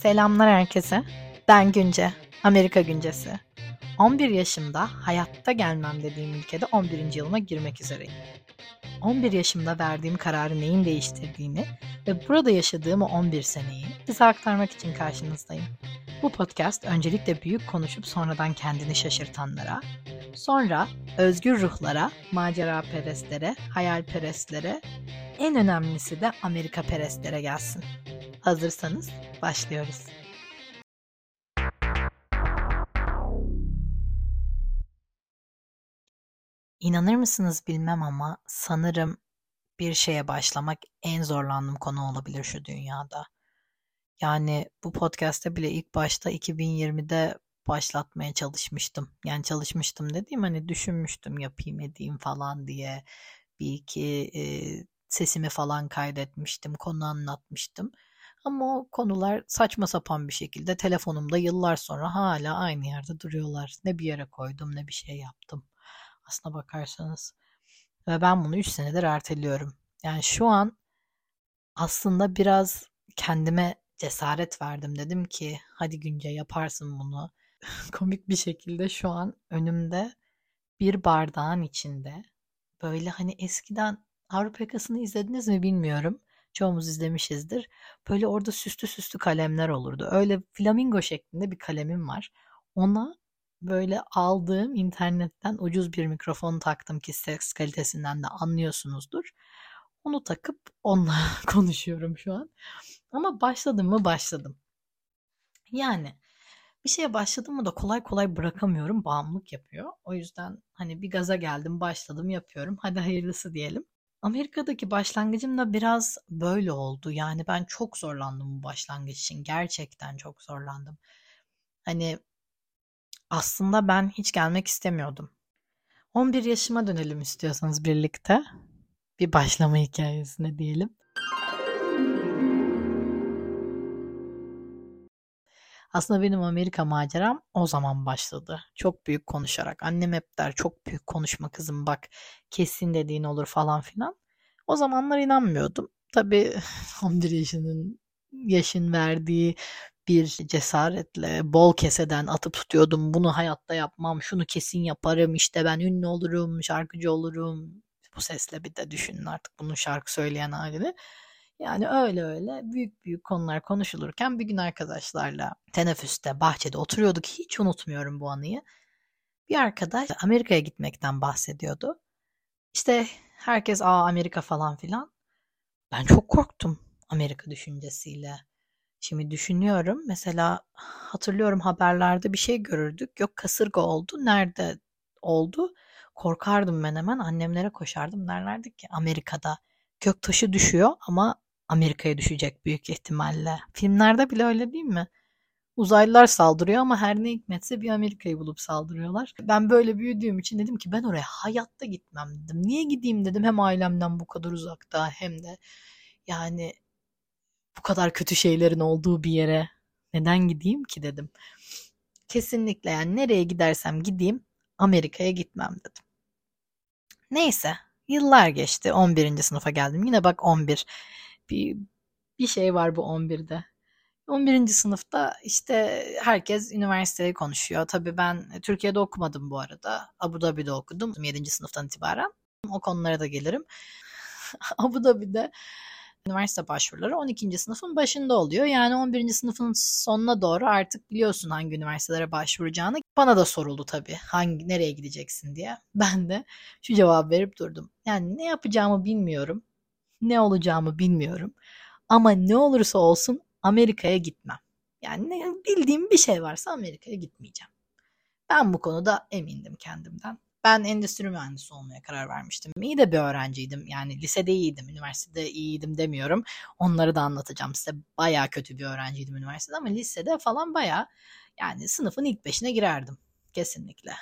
Selamlar herkese. Ben Günce, Amerika Güncesi. 11 yaşımda hayatta gelmem dediğim ülkede 11. yılıma girmek üzereyim. 11 yaşımda verdiğim kararı neyin değiştirdiğini ve burada yaşadığım o 11 seneyi size aktarmak için karşınızdayım. Bu podcast öncelikle büyük konuşup sonradan kendini şaşırtanlara, sonra özgür ruhlara, maceraperestlere, hayalperestlere, en önemlisi de Amerikaperestlere gelsin. Hazırsanız başlıyoruz. İnanır mısınız bilmem ama sanırım bir şeye başlamak en zorlandığım konu olabilir şu dünyada. Yani bu podcast'te bile ilk başta 2020'de başlatmaya çalışmıştım. Yani çalışmıştım dediğim hani düşünmüştüm yapayım edeyim falan diye. Bir iki sesimi falan kaydetmiştim, konu anlatmıştım. Ama o konular saçma sapan bir şekilde telefonumda yıllar sonra hala aynı yerde duruyorlar. Ne bir yere koydum ne bir şey yaptım. Aslına bakarsanız. Ve ben bunu 3 senedir erteliyorum. Yani şu an aslında biraz kendime cesaret verdim. Dedim ki hadi Günce yaparsın bunu. Komik bir şekilde şu an önümde bir bardağın içinde böyle hani eskiden Avrupa Yakası'nı izlediniz mi bilmiyorum. Çoğumuz izlemişizdir. Böyle orada süslü süslü kalemler olurdu. Öyle flamingo şeklinde bir kalemim var. Ona böyle aldığım internetten ucuz bir mikrofon taktım ki ses kalitesinden de anlıyorsunuzdur. Onu takıp onunla konuşuyorum şu an. Ama başladım mı başladım. Yani bir şeye başladım mı da kolay kolay bırakamıyorum. Bağımlılık yapıyor. O yüzden hani bir gaza geldim, başladım, yapıyorum. Hadi hayırlısı diyelim. Amerika'daki başlangıcım da biraz böyle oldu. Yani ben çok zorlandım bu başlangıç için. Gerçekten çok zorlandım. Hani aslında ben hiç gelmek istemiyordum. 11 yaşıma dönelim istiyorsanız birlikte. Bir başlama hikayesine diyelim. Aslında benim Amerika maceram o zaman başladı. Çok büyük konuşarak. Annem hep der çok büyük konuşma kızım bak kesin dediğin olur falan filan. O zamanlar inanmıyordum. Tabii 11 yaşın verdiği bir cesaretle bol keseden atıp tutuyordum. Bunu hayatta yapmam, şunu kesin yaparım, işte ben ünlü olurum, şarkıcı olurum. Bu sesle bir de düşünün artık bunun şarkı söyleyen halini. Yani öyle öyle büyük büyük konular konuşulurken bir gün arkadaşlarla teneffüste bahçede oturuyorduk. Hiç unutmuyorum bu anıyı. Bir arkadaş Amerika'ya gitmekten bahsediyordu. İşte herkes Amerika falan filan. Ben çok korktum Amerika düşüncesiyle. Şimdi düşünüyorum mesela hatırlıyorum haberlerde bir şey görürdük. Yok kasırga oldu. Nerede oldu? Korkardım ben hemen annemlere koşardım. Derlerdi ki Amerika'da göktaşı düşüyor ama Amerika'ya düşecek büyük ihtimalle. Filmlerde bile öyle değil mi? Uzaylılar saldırıyor ama her ne hikmetse bir Amerika'yı bulup saldırıyorlar. Ben böyle büyüdüğüm için dedim ki ben oraya hayatta gitmem dedim. Niye gideyim dedim hem ailemden bu kadar uzakta hem de yani bu kadar kötü şeylerin olduğu bir yere neden gideyim ki dedim. Kesinlikle yani nereye gidersem gideyim Amerika'ya gitmem dedim. Neyse yıllar geçti 11. sınıfa geldim. Yine bak 11 bir, bir şey var bu 11'de. 11. sınıfta işte herkes üniversiteyi konuşuyor. Tabii ben Türkiye'de okumadım bu arada. Abu Dhabi'de okudum 7. sınıftan itibaren. O konulara da gelirim. Abu Dhabi'de üniversite başvuruları 12. sınıfın başında oluyor. Yani 11. sınıfın sonuna doğru artık biliyorsun hangi üniversitelere başvuracağını. Bana da soruldu tabii nereye gideceksin diye. Ben de şu cevabı verip durdum. Yani ne yapacağımı bilmiyorum. Ne olacağımı bilmiyorum. Ama ne olursa olsun Amerika'ya gitmem. Yani bildiğim bir şey varsa Amerika'ya gitmeyeceğim. Ben bu konuda emindim kendimden. Ben endüstri mühendisi olmaya karar vermiştim. İyi de bir öğrenciydim. Yani lisede iyiydim, üniversitede iyiydim demiyorum. Onları da anlatacağım size. Bayağı kötü bir öğrenciydim üniversitede ama lisede falan bayağı yani sınıfın ilk beşine girerdim. Kesinlikle.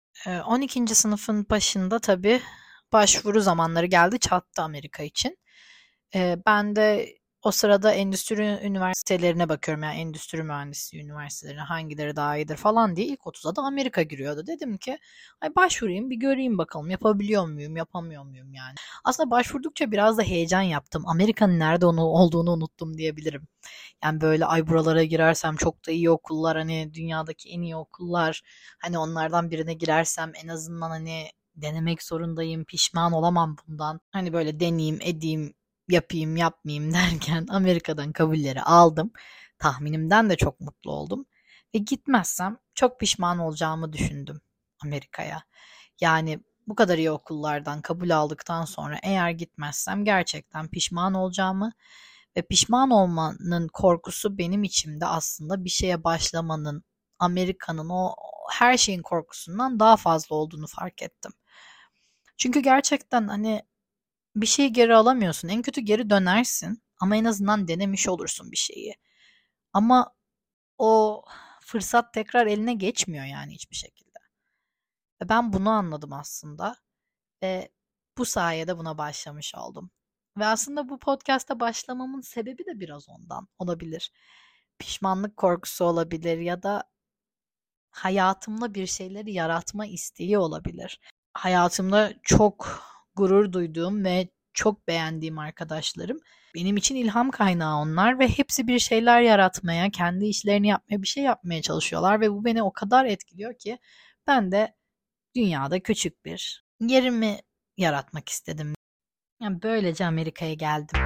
12. sınıfın başında tabii başvuru zamanları geldi çattı Amerika için. Ben de O sırada endüstri üniversitelerine bakıyorum. Yani endüstri mühendisliği üniversitelerine hangileri daha iyidir falan diye ilk 30'a da Amerika giriyordu. Dedim ki ay başvurayım bir göreyim bakalım yapabiliyor muyum yapamıyor muyum yani. Aslında başvurdukça biraz da heyecan yaptım. Amerika'nın nerede olduğunu unuttum diyebilirim. Yani böyle ay buralara girersem çok da iyi okullar hani dünyadaki en iyi okullar hani onlardan birine girersem en azından hani denemek zorundayım pişman olamam bundan. Hani böyle deneyeyim edeyim yapayım yapmayayım derken Amerika'dan kabulleri aldım. Tahminimden de çok mutlu oldum. Ve gitmezsem çok pişman olacağımı düşündüm Amerika'ya. Yani bu kadar iyi okullardan kabul aldıktan sonra eğer gitmezsem gerçekten pişman olacağımı ve pişman olmanın korkusu benim içimde aslında bir şeye başlamanın, Amerika'nın o her şeyin korkusundan daha fazla olduğunu fark ettim. Çünkü gerçekten hani bir şeyi geri alamıyorsun. En kötü geri dönersin ama en azından denemiş olursun bir şeyi. Ama o fırsat tekrar eline geçmiyor yani hiçbir şekilde. Ve ben bunu anladım aslında ve bu sayede buna başlamış oldum. Ve aslında bu podcast'a başlamamın sebebi de biraz ondan olabilir. Pişmanlık korkusu olabilir ya da hayatımda bir şeyleri yaratma isteği olabilir. Hayatımda çok gurur duyduğum ve çok beğendiğim arkadaşlarım. Benim için ilham kaynağı onlar ve hepsi bir şeyler yaratmaya, kendi işlerini yapmaya, bir şey yapmaya çalışıyorlar ve bu beni o kadar etkiliyor ki ben de dünyada küçük bir yerimi yaratmak istedim. Yani böylece Amerika'ya geldim.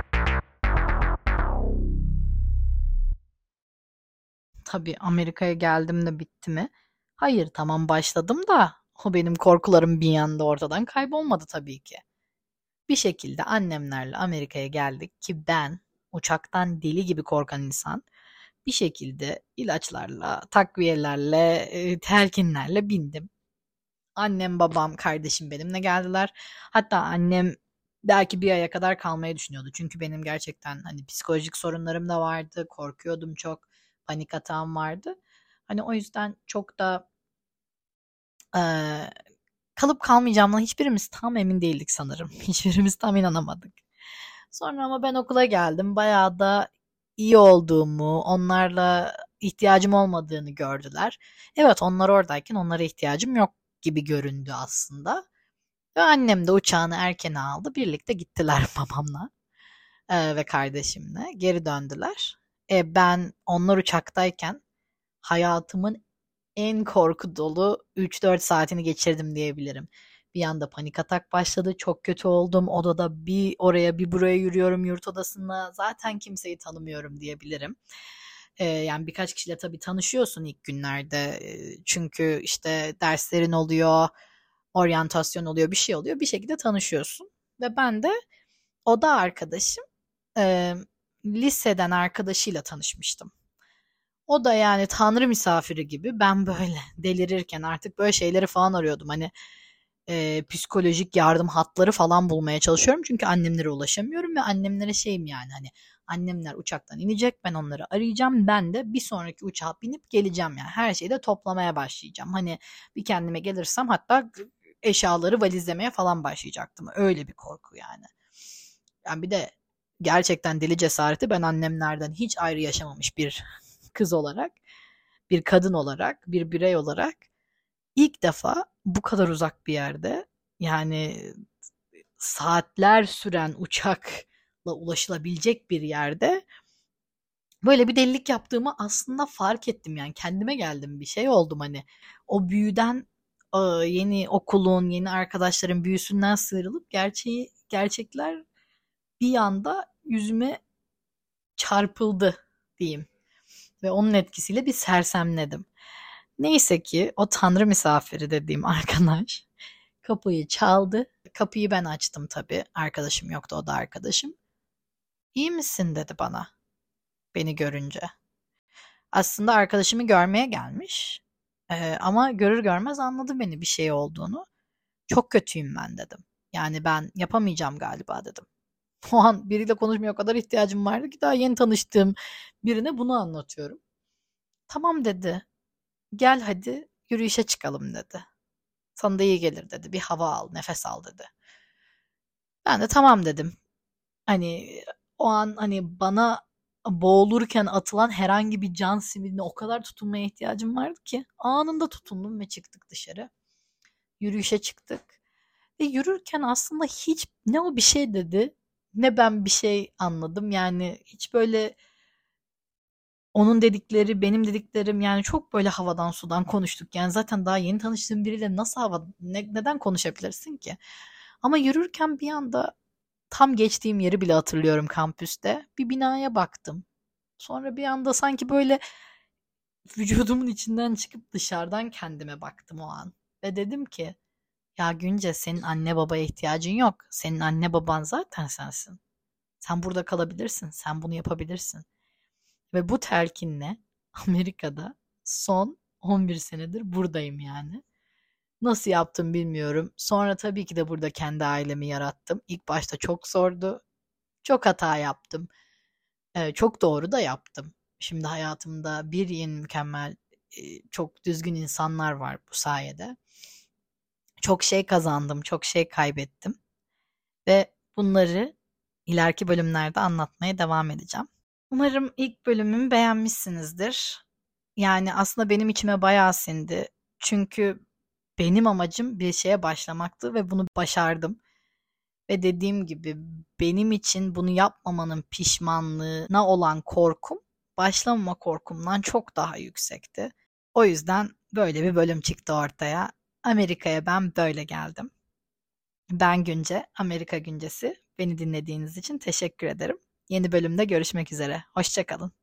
Tabii Amerika'ya geldim de bitti mi? Hayır, tamam başladım da o benim korkularım bir yanda ortadan kaybolmadı tabii ki. Bir şekilde annemlerle Amerika'ya geldik ki ben uçaktan deli gibi korkan insan bir şekilde ilaçlarla, takviyelerle, telkinlerle bindim. Annem, babam, kardeşim benimle geldiler. Hatta annem belki bir aya kadar kalmayı düşünüyordu. Çünkü benim gerçekten hani psikolojik sorunlarım da vardı. Korkuyordum çok. Panik atağım vardı. Hani o yüzden çok da eee, kalıp kalmayacağımdan hiçbirimiz tam emin değildik sanırım. Hiçbirimiz tam inanamadık. Sonra ama ben okula geldim. Bayağı da iyi olduğumu, onlarla ihtiyacım olmadığını gördüler. Evet, onlar oradayken onlara ihtiyacım yok gibi göründü aslında. Ve annem de uçağını erken aldı. Birlikte gittiler babamla ve kardeşimle. Geri döndüler. Ben onlar uçaktayken hayatımın en korku dolu 3-4 saatini geçirdim diyebilirim. Bir anda panik atak başladı. Çok kötü oldum. Odada bir oraya bir buraya yürüyorum yurt odasında. Zaten kimseyi tanımıyorum diyebilirim. Yani birkaç kişiyle tabii tanışıyorsun ilk günlerde. Çünkü işte derslerin oluyor, oryantasyon oluyor, bir şey oluyor. Bir şekilde tanışıyorsun. Ve ben de oda arkadaşım e, liseden arkadaşıyla tanışmıştım. O da yani tanrı misafiri gibi ben böyle delirirken artık böyle şeyleri falan arıyordum. Hani psikolojik yardım hatları falan bulmaya çalışıyorum. Çünkü annemlere ulaşamıyorum ve annemlere şeyim yani hani annemler uçaktan inecek ben onları arayacağım. Ben de bir sonraki uçağa binip geleceğim yani her şeyi de toplamaya başlayacağım. Hani bir kendime gelirsem hatta eşyaları valizlemeye falan başlayacaktım. Öyle bir korku yani. Yani bir de gerçekten deli cesareti ben annemlerden hiç ayrı yaşamamış bir kız olarak, bir kadın olarak, bir birey olarak ilk defa bu kadar uzak bir yerde yani saatler süren uçakla ulaşılabilecek bir yerde böyle bir delilik yaptığımı aslında fark ettim yani kendime geldim bir şey oldum hani o büyüden yeni okulun yeni arkadaşların büyüsünden sıyrılıp gerçekler bir anda yüzüme çarpıldı diyeyim ve onun etkisiyle bir sersemledim. Neyse ki o tanrı misafiri dediğim arkadaş kapıyı çaldı. Kapıyı ben açtım tabii. Arkadaşım yoktu, o da arkadaşım. İyi misin dedi bana beni görünce. Aslında arkadaşımı görmeye gelmiş. Ama görür görmez anladı beni bir şey olduğunu. Çok kötüyüm ben dedim. Yani ben yapamayacağım galiba dedim. O an biriyle konuşmaya o kadar ihtiyacım vardı ki daha yeni tanıştığım birine bunu anlatıyorum. Tamam dedi. Gel hadi yürüyüşe çıkalım dedi. Sana da iyi gelir dedi. Bir hava al, nefes al dedi. Ben de tamam dedim. Hani o an hani bana boğulurken atılan herhangi bir can simidine o kadar tutunmaya ihtiyacım vardı ki anında tutundum ve çıktık dışarı. Yürüyüşe çıktık. Ve yürürken aslında hiç ne o bir şey dedi ne ben bir şey anladım. Yani hiç böyle onun dedikleri benim dediklerim yani çok böyle havadan sudan konuştuk. Yani zaten daha yeni tanıştığım biriyle nasıl neden konuşabilirsin ki? Ama yürürken bir anda tam geçtiğim yeri bile hatırlıyorum kampüste. Bir binaya baktım. Sonra bir anda sanki böyle vücudumun içinden çıkıp dışarıdan kendime baktım o an. Ve dedim ki ya Günce senin anne babaya ihtiyacın yok. Senin anne baban zaten sensin. Sen burada kalabilirsin. Sen bunu yapabilirsin. Ve bu telkinle Amerika'da son 11 senedir buradayım yani. Nasıl yaptım bilmiyorum. Sonra tabii ki de burada kendi ailemi yarattım. İlk başta çok zordu. Çok hata yaptım. Çok doğru da yaptım. Şimdi hayatımda bir yeni mükemmel, çok düzgün insanlar var bu sayede. Çok şey kazandım, çok şey kaybettim ve bunları ileriki bölümlerde anlatmaya devam edeceğim. Umarım ilk bölümümü beğenmişsinizdir. Yani aslında benim içime bayağı sindi. Çünkü benim amacım bir şeye başlamaktı ve bunu başardım. Ve dediğim gibi benim için bunu yapmamanın pişmanlığına olan korkum başlamama korkumdan çok daha yüksekti. O yüzden böyle bir bölüm çıktı ortaya. Amerika'ya ben böyle geldim. Ben Günce, Amerika Güncesi. Beni dinlediğiniz için teşekkür ederim. Yeni bölümde görüşmek üzere. Hoşça kalın.